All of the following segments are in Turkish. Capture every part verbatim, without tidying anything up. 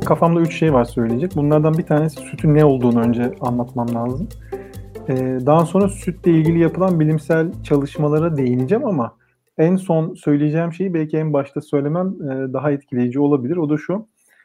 kafamda üç şey var söyleyecek. Bunlardan bir tanesi sütün ne olduğunu önce anlatmam lazım. Ee, daha sonra sütle ilgili yapılan bilimsel çalışmalara değineceğim ama en son söyleyeceğim şeyi belki en başta söylemem e, daha etkileyici olabilir. O da şu.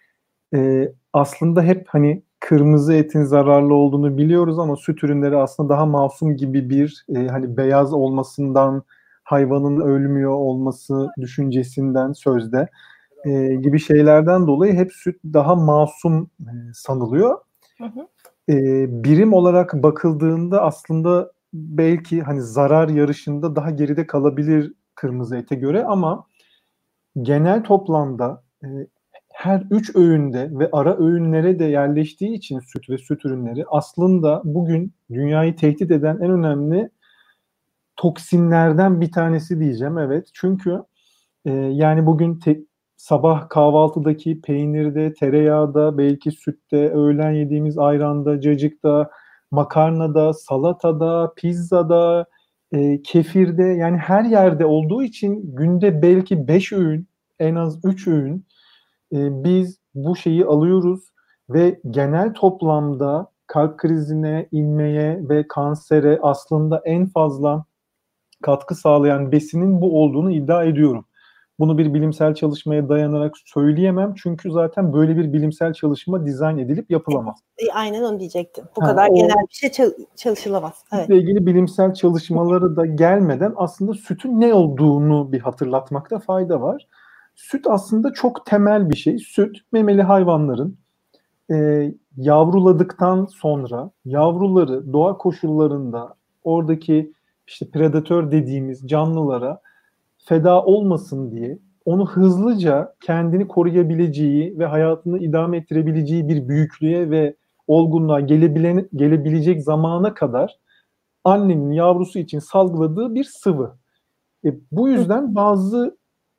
E, aslında hep hani kırmızı etin zararlı olduğunu biliyoruz ama süt ürünleri aslında daha masum gibi bir e, hani beyaz olmasından, hayvanın ölmüyor olması düşüncesinden sözde e, gibi şeylerden dolayı hep süt daha masum e, sanılıyor. Hı hı. E, birim olarak bakıldığında aslında belki hani zarar yarışında daha geride kalabilir kırmızı ete göre ama genel toplamda e, her üç öğünde ve ara öğünlere de yerleştiği için süt ve süt ürünleri aslında bugün dünyayı tehdit eden en önemli toksinlerden bir tanesi diyeceğim. Evet, çünkü e, yani bugün te- sabah kahvaltıdaki peynirde, tereyağda, belki sütte, öğlen yediğimiz ayranda, cacıkta, makarnada, salatada, pizzada, e, kefirde, yani her yerde olduğu için günde belki beş öğün, en az üç öğün e, biz bu şeyi alıyoruz ve genel toplamda kalp krizine, inmeye ve kansere aslında en fazla katkı sağlayan besinin bu olduğunu iddia ediyorum. Bunu bir bilimsel çalışmaya dayanarak söyleyemem çünkü zaten böyle bir bilimsel çalışma dizayn edilip yapılamaz. E, aynen onu diyecektim. Bu ha, kadar o, genel bir şey çalışılamaz. Evet. Sütle ilgili bilimsel çalışmaları da gelmeden aslında sütün ne olduğunu bir hatırlatmakta fayda var. Süt aslında çok temel bir şey. Süt, memeli hayvanların e, yavruladıktan sonra yavruları doğa koşullarında oradaki işte predatör dediğimiz canlılara feda olmasın diye onu hızlıca kendini koruyabileceği ve hayatını idame ettirebileceği bir büyüklüğe ve olgunluğa gelebilen, gelebilecek zamana kadar annenin yavrusu için salgıladığı bir sıvı. E, bu yüzden bazı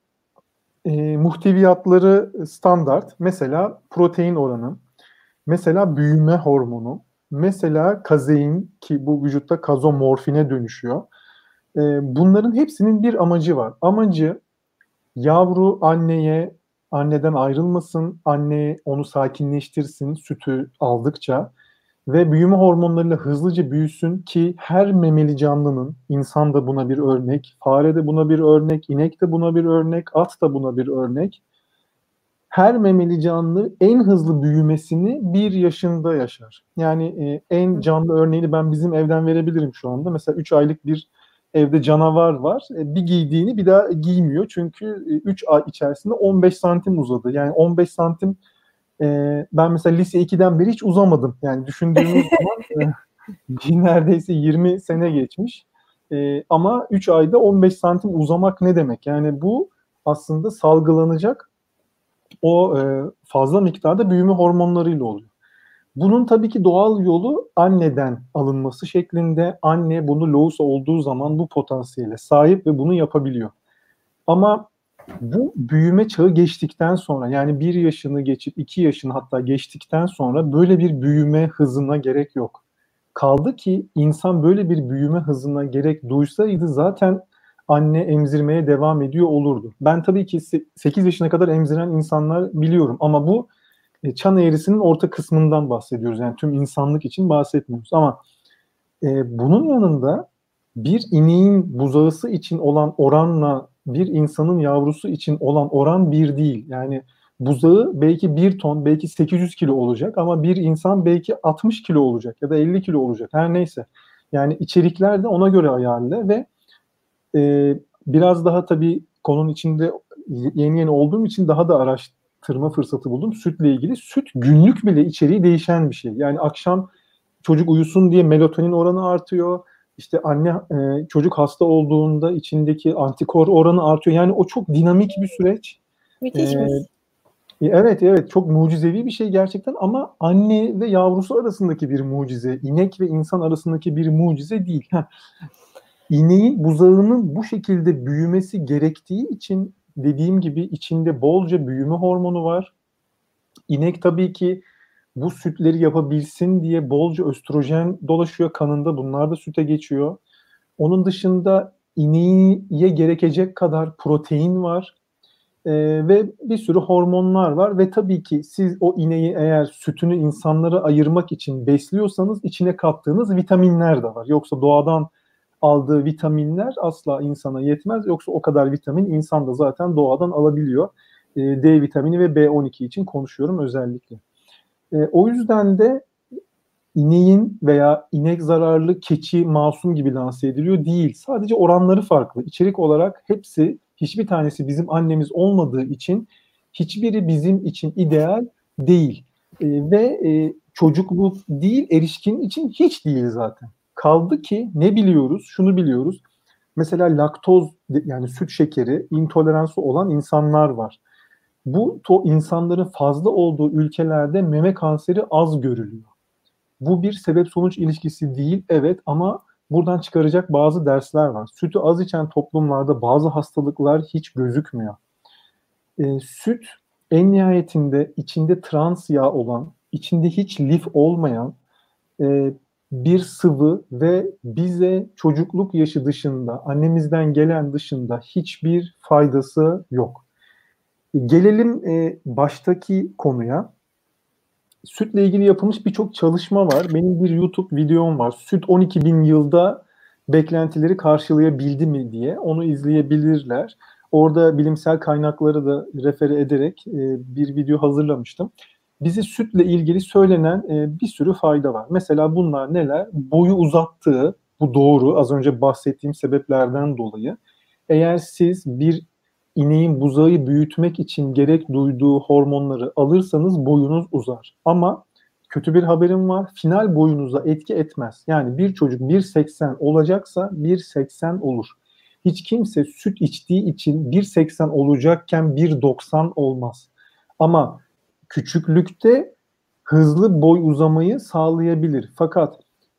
e, muhteviyatları standart. Mesela protein oranı, mesela büyüme hormonu, mesela kazein ki bu vücutta kazomorfine dönüşüyor. E, bunların hepsinin bir amacı var. Amacı yavru anneye, anneden ayrılmasın, anne onu sakinleştirsin sütü aldıkça ve büyüme hormonlarıyla hızlıca büyüsün ki her memeli canlının, insan da buna bir örnek, fare de buna bir örnek, inek de buna bir örnek, at da buna bir örnek. Her memeli canlı en hızlı büyümesini bir yaşında yaşar. Yani e, en canlı örneğini ben bizim evden verebilirim şu anda. Mesela üç aylık bir evde canavar var. E, bir giydiğini bir daha giymiyor. Çünkü üç ay içerisinde on beş santim uzadı. Yani on beş santim e, ben mesela lise ikiden beri hiç uzamadım. Yani düşündüğümüz zaman e, neredeyse yirmi sene geçmiş. E, ama üç ayda on beş santim uzamak ne demek? Yani bu aslında salgılanacak o e, fazla miktarda büyüme hormonlarıyla oluyor. Bunun tabii ki doğal yolu anneden alınması şeklinde. Anne bunu loğusa olduğu zaman bu potansiyele sahip ve bunu yapabiliyor. Ama bu büyüme çağı geçtikten sonra, yani bir yaşını geçip iki yaşını hatta geçtikten sonra böyle bir büyüme hızına gerek yok. Kaldı ki insan böyle bir büyüme hızına gerek duysaydı zaten anne emzirmeye devam ediyor olurdu. Ben tabii ki sekiz yaşına kadar emziren insanlar biliyorum ama bu çan eğrisinin orta kısmından bahsediyoruz. Yani tüm insanlık için bahsetmiyoruz. Ama e, bunun yanında bir ineğin buzağısı için olan oranla bir insanın yavrusu için olan oran bir değil. Yani buzağı belki bir ton, belki sekiz yüz kilo olacak ama bir insan belki altmış kilo olacak ya da elli kilo olacak. Her neyse. Yani içerikler de ona göre ayarlı ve e, biraz daha tabii konunun içinde yeni yeni olduğum için daha da araştırma fırsatı buldum. Sütle ilgili. Süt günlük bile içeriği değişen bir şey. Yani akşam çocuk uyusun diye melatonin oranı artıyor. İşte anne e, çocuk hasta olduğunda içindeki antikor oranı artıyor. Yani o çok dinamik bir süreç. Müthişmiş. Ee, evet evet çok mucizevi bir şey gerçekten ama anne ve yavrusu arasındaki bir mucize. İnek ve insan arasındaki bir mucize değil. İneğin buzağının bu şekilde büyümesi gerektiği için dediğim gibi içinde bolca büyüme hormonu var. İnek tabii ki bu sütleri yapabilsin diye bolca östrojen dolaşıyor kanında. Bunlar da süte geçiyor. Onun dışında ineğe gerekecek kadar protein var. e, ve bir sürü hormonlar var ve tabii ki siz o ineği eğer sütünü insanlara ayırmak için besliyorsanız içine kattığınız vitaminler de var. Yoksa doğadan aldığı vitaminler asla insana yetmez. Yoksa o kadar vitamin insan da zaten doğadan alabiliyor. E, D vitamini ve B on iki için konuşuyorum özellikle. E, o yüzden de ineğin veya inek zararlı, keçi masum gibi lanse ediliyor değil. Sadece oranları farklı. İçerik olarak hepsi, hiçbir tanesi bizim annemiz olmadığı için hiçbiri bizim için ideal değil. E, ve e, çocukluk değil, erişkin için hiç değil zaten. Kaldı ki ne biliyoruz? Şunu biliyoruz. Mesela laktoz, yani süt şekeri intoleransı olan insanlar var. Bu to insanların fazla olduğu ülkelerde meme kanseri az görülüyor. Bu bir sebep-sonuç ilişkisi değil, evet, ama buradan çıkaracak bazı dersler var. Sütü az içen toplumlarda bazı hastalıklar hiç gözükmüyor. E, süt en nihayetinde içinde trans yağ olan, içinde hiç lif olmayan e, bir sıvı ve bize çocukluk yaşı dışında, annemizden gelen dışında hiçbir faydası yok. Gelelim e, baştaki konuya. Sütle ilgili yapılmış birçok çalışma var. Benim bir YouTube videom var. Süt on iki bin yılda beklentileri karşılayabildi mi diye. Onu izleyebilirler. Orada bilimsel kaynakları da refere ederek e, bir video hazırlamıştım. Bize sütle ilgili söylenen e, bir sürü fayda var. Mesela bunlar neler? Boyu uzattığı, bu doğru. Az önce bahsettiğim sebeplerden dolayı. Eğer siz bir ineğin buzağı büyütmek için gerek duyduğu hormonları alırsanız boyunuz uzar. Ama kötü bir haberim var. Final boyunuza etki etmez. Yani bir çocuk bir seksen olacaksa bir seksen olur. Hiç kimse süt içtiği için bir seksen olacakken bir doksan olmaz. Ama küçüklükte hızlı boy uzamayı sağlayabilir. Fakat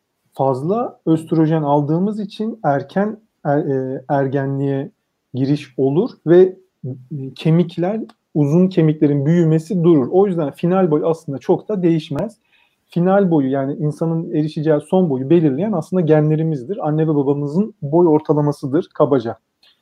fazla östrojen aldığımız için erken er, e, ergenliğe giriş olur ve kemikler, uzun kemiklerin büyümesi durur. O yüzden final boy aslında çok da değişmez. Final boyu, yani insanın erişeceği son boyu belirleyen aslında genlerimizdir. Anne ve babamızın boy ortalamasıdır kabaca.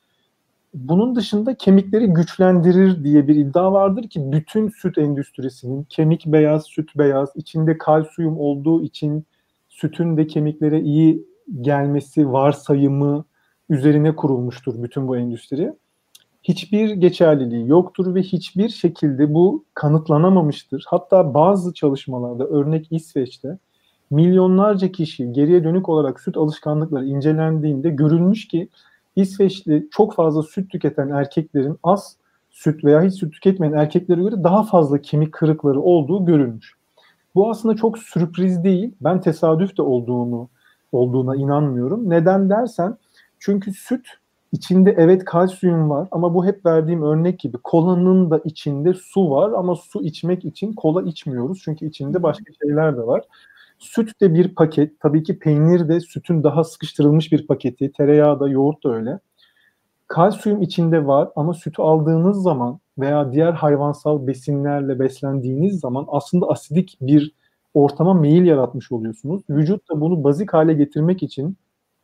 Bunun dışında kemikleri güçlendirir diye bir iddia vardır ki bütün süt endüstrisinin kemik beyaz, süt beyaz, içinde kalsiyum olduğu için sütün de kemiklere iyi gelmesi varsayımı üzerine kurulmuştur bütün bu endüstri. Hiçbir geçerliliği yoktur ve hiçbir şekilde bu kanıtlanamamıştır. Hatta bazı çalışmalarda, örnek İsveç'te milyonlarca kişi geriye dönük olarak süt alışkanlıkları incelendiğinde görülmüş ki İsveçli çok fazla süt tüketen erkeklerin az süt veya hiç süt tüketmeyen erkeklere göre daha fazla kemik kırıkları olduğu görülmüş. Bu aslında çok sürpriz değil. Ben tesadüf de olduğunu olduğuna inanmıyorum. Neden dersen, çünkü süt içinde evet kalsiyum var ama bu hep verdiğim örnek gibi kolanın da içinde su var ama su içmek için kola içmiyoruz. Çünkü içinde başka şeyler de var. Süt de bir paket. Tabii ki peynir de sütün daha sıkıştırılmış bir paketi. Tereyağı da, yoğurt da öyle. Kalsiyum içinde var ama sütü aldığınız zaman veya diğer hayvansal besinlerle beslendiğiniz zaman aslında asidik bir ortama meyil yaratmış oluyorsunuz. Vücut da bunu bazik hale getirmek için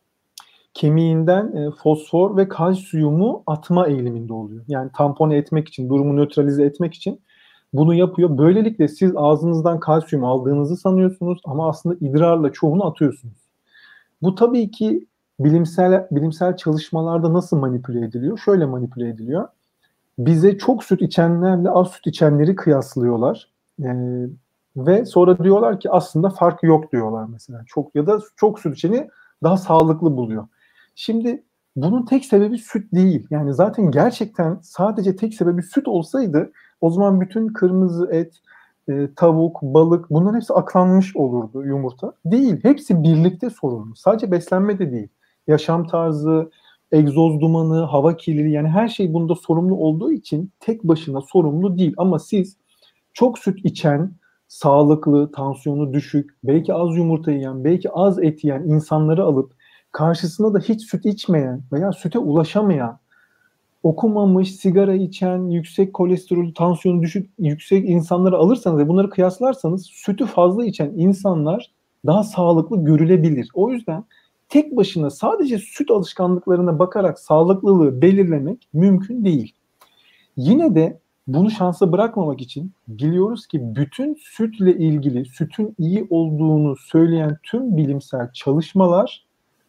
kemiğinden e, fosfor ve kalsiyumu atma eğiliminde oluyor. Yani tampon etmek için, durumu nötralize etmek için bunu yapıyor. Böylelikle siz ağzınızdan kalsiyum aldığınızı sanıyorsunuz ama aslında idrarla çoğunu atıyorsunuz. Bu tabii ki bilimsel bilimsel çalışmalarda nasıl manipüle ediliyor? Şöyle manipüle ediliyor. Bize çok süt içenlerle az süt içenleri kıyaslıyorlar. Ee, ve sonra diyorlar ki aslında fark yok diyorlar mesela. Çok ya da çok süt içeni daha sağlıklı buluyor. Şimdi bunun tek sebebi süt değil. Yani zaten gerçekten sadece tek sebebi süt olsaydı o zaman bütün kırmızı et, e, tavuk, balık bunların hepsi aklanmış olurdu, yumurta. Değil. Hepsi birlikte sorumlu. Sadece beslenme de değil. Yaşam tarzı, egzoz dumanı, hava kirliliği, yani her şey bunda sorumlu olduğu için tek başına sorumlu değil. Ama siz çok süt içen, sağlıklı, tansiyonu düşük, belki az yumurta yiyen, belki az et yiyen insanları alıp karşısına da hiç süt içmeyen veya süte ulaşamayan, okumamış, sigara içen, yüksek kolesterol, tansiyonu düşük, yüksek insanları alırsanız ve bunları kıyaslarsanız sütü fazla içen insanlar daha sağlıklı görülebilir. O yüzden tek başına sadece süt alışkanlıklarına bakarak sağlıklılığı belirlemek mümkün değil. Yine de bunu şansa bırakmamak için biliyoruz ki bütün sütle ilgili, sütün iyi olduğunu söyleyen tüm bilimsel çalışmalar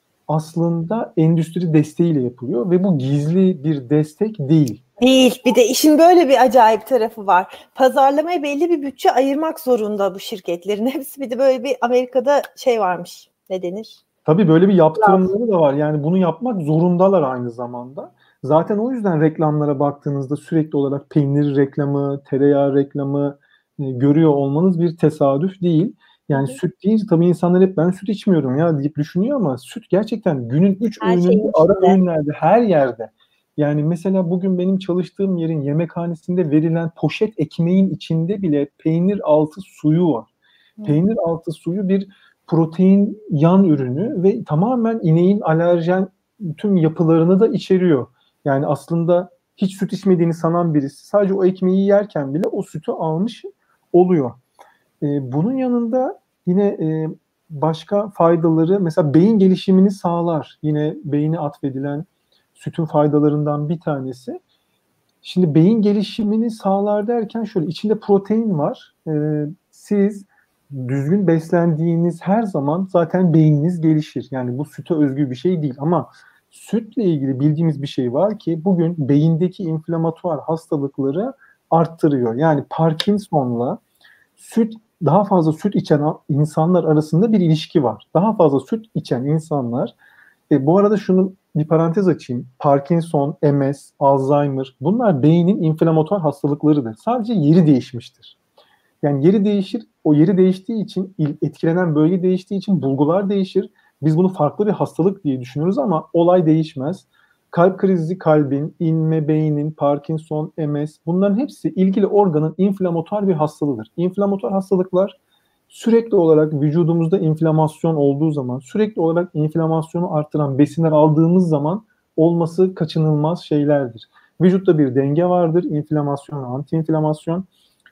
aslında endüstri desteğiyle yapılıyor ve bu gizli bir destek değil. Değil. Bir de işin böyle bir acayip tarafı var. Pazarlamaya belli bir bütçe ayırmak zorunda bu şirketlerin. Hepsi bir de böyle bir Amerika'da şey varmış. Ne denir? Tabii böyle bir yaptırımları da var. Yani bunu yapmak zorundalar aynı zamanda. Zaten o yüzden reklamlara baktığınızda sürekli olarak peynir reklamı, tereyağı reklamı e, görüyor olmanız bir tesadüf değil. Yani Hı hı. süt deyince tabii insanlar hep ben süt içmiyorum ya deyip düşünüyor ama süt gerçekten günün üç Her öğününde, şeyin ara içinde. öğünlerde, her yerde. Yani mesela bugün benim çalıştığım yerin yemekhanesinde verilen poşet ekmeğin içinde bile peynir altı suyu var. Hı. Peynir altı suyu bir protein yan ürünü ve tamamen ineğin alerjen tüm yapılarını da içeriyor. Yani aslında hiç süt içmediğini sanan birisi sadece o ekmeği yerken bile o sütü almış oluyor. Ee, bunun yanında yine e, başka faydaları mesela beyin gelişimini sağlar. Yine beyine atfedilen sütün faydalarından bir tanesi. Şimdi beyin gelişimini sağlar derken şöyle içinde protein var. Ee, siz düzgün beslendiğiniz her zaman zaten beyniniz gelişir. Yani bu süte özgü bir şey değil ama sütle ilgili bildiğimiz bir şey var ki bugün beyindeki inflamatuar hastalıkları arttırıyor. Yani Parkinson'la süt daha fazla süt içen insanlar arasında bir ilişki var. Daha fazla süt içen insanlar e, bu arada şunu bir parantez açayım. Parkinson, M S, Alzheimer bunlar beynin inflamatuar hastalıklarıdır. Sadece yeri değişmiştir. Yani yeri değişir, o yeri değiştiği için, etkilenen bölge değiştiği için bulgular değişir. Biz bunu farklı bir hastalık diye düşünürüz ama olay değişmez. Kalp krizi kalbin, inme beynin, Parkinson, M S bunların hepsi ilgili organın inflamatuar bir hastalığıdır. İnflamatuar hastalıklar sürekli olarak vücudumuzda inflamasyon olduğu zaman, sürekli olarak inflamasyonu arttıran besinler aldığımız zaman olması kaçınılmaz şeylerdir. Vücutta bir denge vardır, inflamasyon ve antiinflamasyon.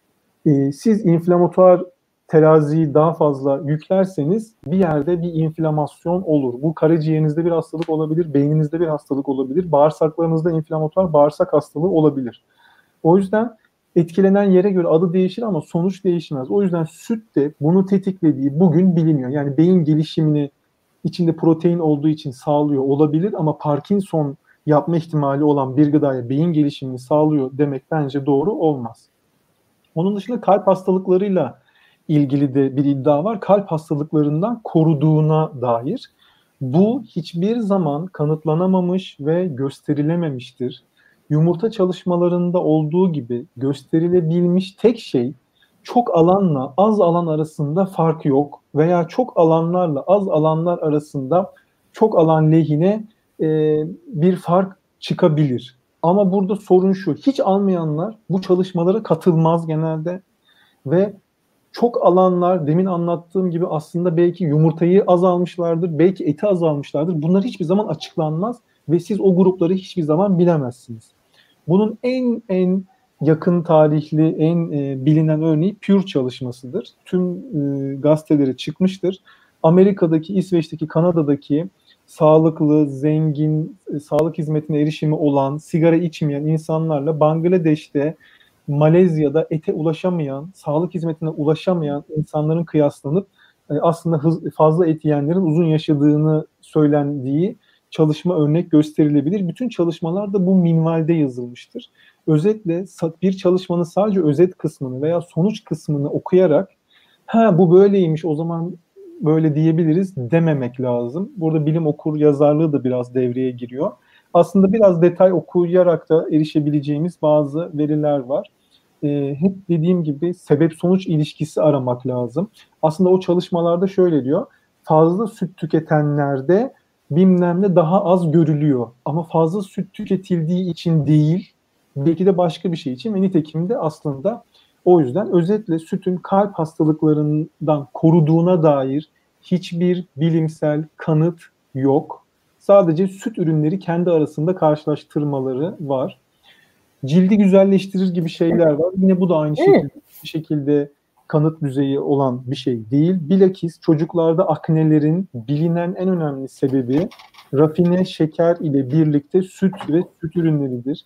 Ee, siz inflamatuar teraziyi daha fazla yüklerseniz bir yerde bir inflamasyon olur. Bu karaciğerinizde bir hastalık olabilir, beyninizde bir hastalık olabilir, bağırsaklarınızda inflamatuar bağırsak hastalığı olabilir. O yüzden etkilenen yere göre adı değişir ama sonuç değişmez. O yüzden süt de bunu tetiklediği bugün biliniyor. Yani beyin gelişimini içinde protein olduğu için sağlıyor olabilir ama Parkinson yapma ihtimali olan bir gıdaya beyin gelişimini sağlıyor demek bence doğru olmaz. Onun dışında kalp hastalıklarıyla ilgili de bir iddia var. Kalp hastalıklarından koruduğuna dair. Bu hiçbir zaman kanıtlanamamış ve gösterilememiştir. Yumurta çalışmalarında olduğu gibi gösterilebilmiş tek şey çok alanla az alan arasında fark yok veya çok alanlarla az alanlar arasında çok alan lehine e, bir fark çıkabilir. Ama burada sorun şu, hiç almayanlar bu çalışmalara katılmaz genelde ve çok alanlar demin anlattığım gibi aslında belki yumurtayı az almışlardır, belki eti az almışlardır. Bunlar hiçbir zaman açıklanmaz ve siz o grupları hiçbir zaman bilemezsiniz. Bunun en en yakın tarihli, en e, bilinen örneği Pure çalışmasıdır. Tüm e, gazetelere çıkmıştır. Amerika'daki, İsveç'teki, Kanada'daki sağlıklı, zengin, e, sağlık hizmetine erişimi olan, sigara içmeyen insanlarla Bangladeş'te, Malezya'da ete ulaşamayan, sağlık hizmetine ulaşamayan insanların kıyaslanıp e, aslında hız, fazla et yiyenlerin uzun yaşadığını söylendiği çalışma örnek gösterilebilir. Bütün çalışmalar da bu minvalde yazılmıştır. Özetle bir çalışmanın sadece özet kısmını veya sonuç kısmını okuyarak ha bu böyleymiş o zaman böyle diyebiliriz dememek lazım. Burada bilim okur yazarlığı da biraz devreye giriyor. Aslında biraz detay okuyarak da erişebileceğimiz bazı veriler var. Ee, hep dediğim gibi sebep sonuç ilişkisi aramak lazım. Aslında o çalışmalarda şöyle diyor. Fazla süt tüketenlerde bilmem ne daha az görülüyor. Ama fazla süt tüketildiği için değil, belki de başka bir şey için ve nitekim de aslında o yüzden özetle sütün kalp hastalıklarından koruduğuna dair hiçbir bilimsel kanıt yok. Sadece süt ürünleri kendi arasında karşılaştırmaları var. Cildi güzelleştirir gibi şeyler var. Yine bu da aynı şekilde, bir şekilde kanıt düzeyi olan bir şey değil. Bilakis çocuklarda aknelerin bilinen en önemli sebebi rafine şeker ile birlikte süt ve süt ürünleridir.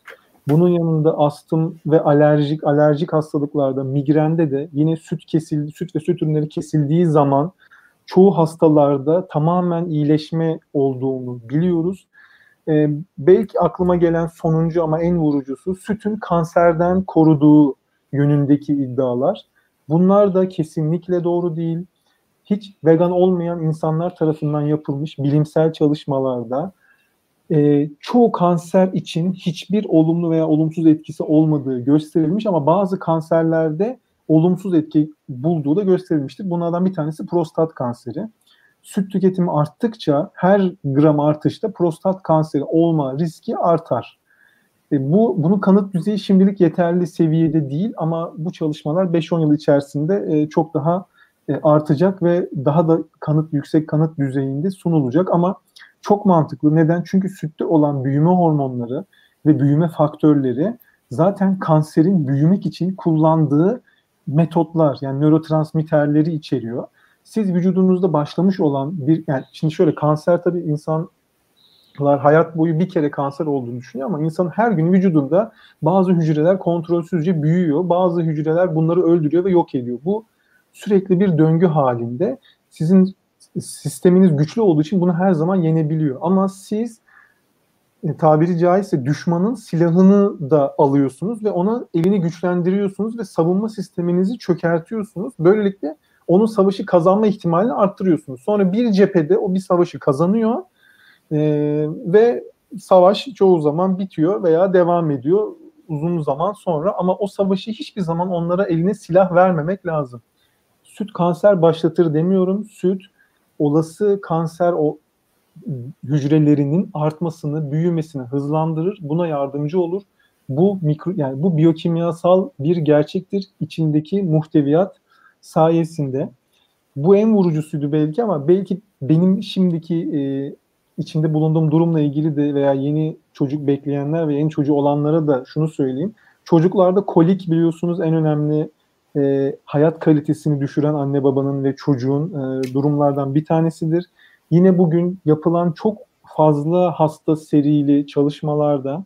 Bunun yanında astım ve alerjik alerjik hastalıklarda, migrende de yine süt kesildi, süt ve süt ürünleri kesildiği zaman çoğu hastalarda tamamen iyileşme olduğunu biliyoruz. Ee, belki aklıma gelen sonuncu ama en vurucusu sütün kanserden koruduğu yönündeki iddialar. Bunlar da kesinlikle doğru değil. Hiç vegan olmayan insanlar tarafından yapılmış bilimsel çalışmalarda e, çoğu kanser için hiçbir olumlu veya olumsuz etkisi olmadığı gösterilmiş ama bazı kanserlerde olumsuz etki bulduğu da gösterilmiştir. Bunlardan bir tanesi prostat kanseri. Süt tüketimi arttıkça her gram artışta prostat kanseri olma riski artar. E, bu bunun kanıt düzeyi şimdilik yeterli seviyede değil ama bu çalışmalar beş on yıl içerisinde e, çok daha e, artacak ve daha da kanıt yüksek kanıt düzeyinde sunulacak ama çok mantıklı. Neden? Çünkü sütte olan büyüme hormonları ve büyüme faktörleri zaten kanserin büyümek için kullandığı metotlar, yani nörotransmitterleri içeriyor. Siz vücudunuzda başlamış olan bir, yani şimdi şöyle, kanser tabii insanlar hayat boyu bir kere kanser olduğunu düşünüyor ama insanın her gün vücudunda bazı hücreler kontrolsüzce büyüyor, bazı hücreler bunları öldürüyor ve yok ediyor. Bu sürekli bir döngü halinde. Sizin sisteminiz güçlü olduğu için bunu her zaman yenebiliyor. Ama siz e, tabiri caizse düşmanın silahını da alıyorsunuz ve ona elini güçlendiriyorsunuz ve savunma sisteminizi çökertiyorsunuz. Böylelikle onun savaşı kazanma ihtimalini arttırıyorsunuz. Sonra bir cephede o bir savaşı kazanıyor e, ve savaş çoğu zaman bitiyor veya devam ediyor uzun zaman sonra ama o savaşı hiçbir zaman onlara eline silah vermemek lazım. Süt kanser başlatır demiyorum. Süt olası kanser o hücrelerinin artmasını, büyümesini hızlandırır. Buna yardımcı olur. Bu mikro, yani bu biyokimyasal bir gerçektir içindeki muhteviyat sayesinde. Bu en vurucusuydu belki ama belki benim şimdiki e, içinde bulunduğum durumla ilgili de veya yeni çocuk bekleyenler ve yeni çocuğu olanlara da şunu söyleyeyim. Çocuklarda kolik biliyorsunuz en önemli e, hayat kalitesini düşüren anne babanın ve çocuğun e, durumlardan bir tanesidir. Yine bugün yapılan çok fazla hasta serili çalışmalarda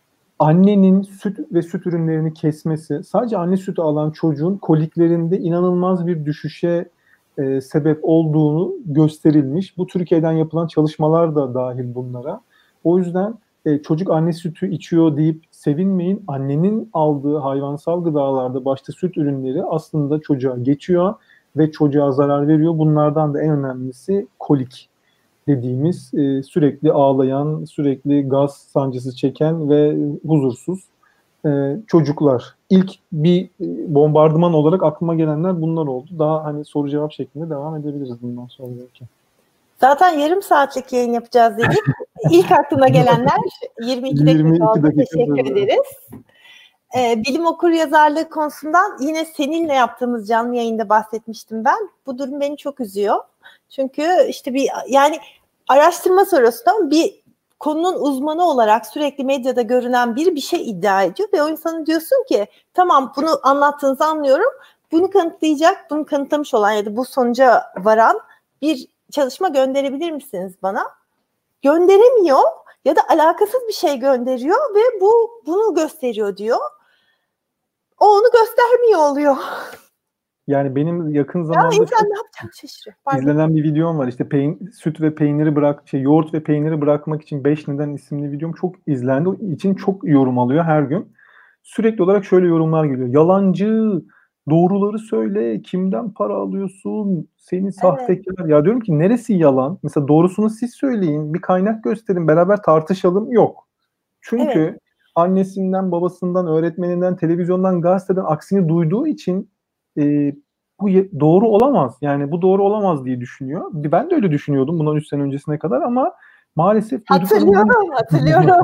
annenin süt ve süt ürünlerini kesmesi, sadece anne sütü alan çocuğun koliklerinde inanılmaz bir düşüşe e, sebep olduğunu gösterilmiş. Bu Türkiye'den yapılan çalışmalar da dahil bunlara. O yüzden e, çocuk anne sütü içiyor deyip sevinmeyin. Annenin aldığı hayvansal gıdalarda başta süt ürünleri aslında çocuğa geçiyor ve çocuğa zarar veriyor. Bunlardan da en önemlisi kolik dediğimiz e, sürekli ağlayan, sürekli gaz sancısı çeken ve huzursuz e, çocuklar. İlk bir e, bombardıman olarak aklıma gelenler bunlar oldu. Daha hani soru cevap şeklinde devam edebiliriz bundan sonra belki. Zaten yarım saatlik yayın yapacağız dedik. İlk aklına gelenler yirmi iki dakika oldu. Teşekkür böyle. ederiz. Ee, bilim okur yazarlığı konusundan yine seninle yaptığımız canlı yayında bahsetmiştim ben. Bu durum beni çok üzüyor. Çünkü işte bir yani araştırma sorusundan bir konunun uzmanı olarak sürekli medyada görünen biri bir şey iddia ediyor ve o insanın diyorsun ki tamam bunu anlattığınızı anlıyorum. Bunu kanıtlayacak, bunu kanıtlamış olan ya da bu sonuca varan bir çalışma gönderebilir misiniz bana? Gönderemiyor ya da alakasız bir şey gönderiyor ve bu bunu gösteriyor diyor. O onu göstermiyor oluyor. Yani benim yakın zamanda ya insan ne yapacağını şaşırıyor. Pardon. İzlenen bir videom var. İşte peyn, süt ve peyniri bırak, şey yoğurt ve peyniri bırakmak için beş neden isimli videom çok izlendi. O için çok yorum alıyor her gün. Sürekli olarak şöyle yorumlar geliyor. Yalancı, doğruları söyle, kimden para alıyorsun, seni sahtekar. Evet. Ya diyorum ki neresi yalan? Mesela doğrusunu siz söyleyin, bir kaynak gösterin, beraber tartışalım. Yok. Çünkü evet. annesinden, babasından, öğretmeninden, televizyondan, gazeteden aksini duyduğu için e, bu doğru olamaz. Yani bu doğru olamaz diye düşünüyor. Ben de öyle düşünüyordum bundan üç sene öncesine kadar ama maalesef hatırlıyorum, hatırlıyorum.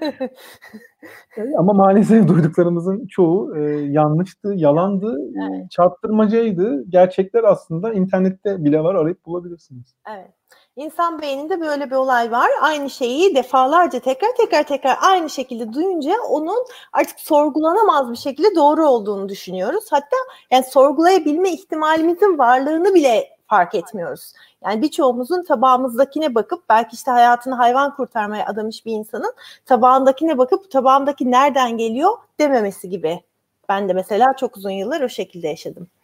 Ama maalesef duyduklarımızın çoğu e, yanlıştı, yalandı, evet. çarptırmacaydı. Gerçekler aslında internette bile var, arayıp bulabilirsiniz. Evet. İnsan beyninde böyle bir olay var. Aynı şeyi defalarca tekrar tekrar tekrar aynı şekilde duyunca onun artık sorgulanamaz bir şekilde doğru olduğunu düşünüyoruz. Hatta yani sorgulayabilme ihtimalimizin varlığını bile fark etmiyoruz. Yani birçoğumuzun tabağımızdakine bakıp belki işte hayatını hayvan kurtarmaya adamış bir insanın tabağındakine bakıp tabağımdaki nereden geliyor dememesi gibi. Ben de mesela çok uzun yıllar o şekilde yaşadım.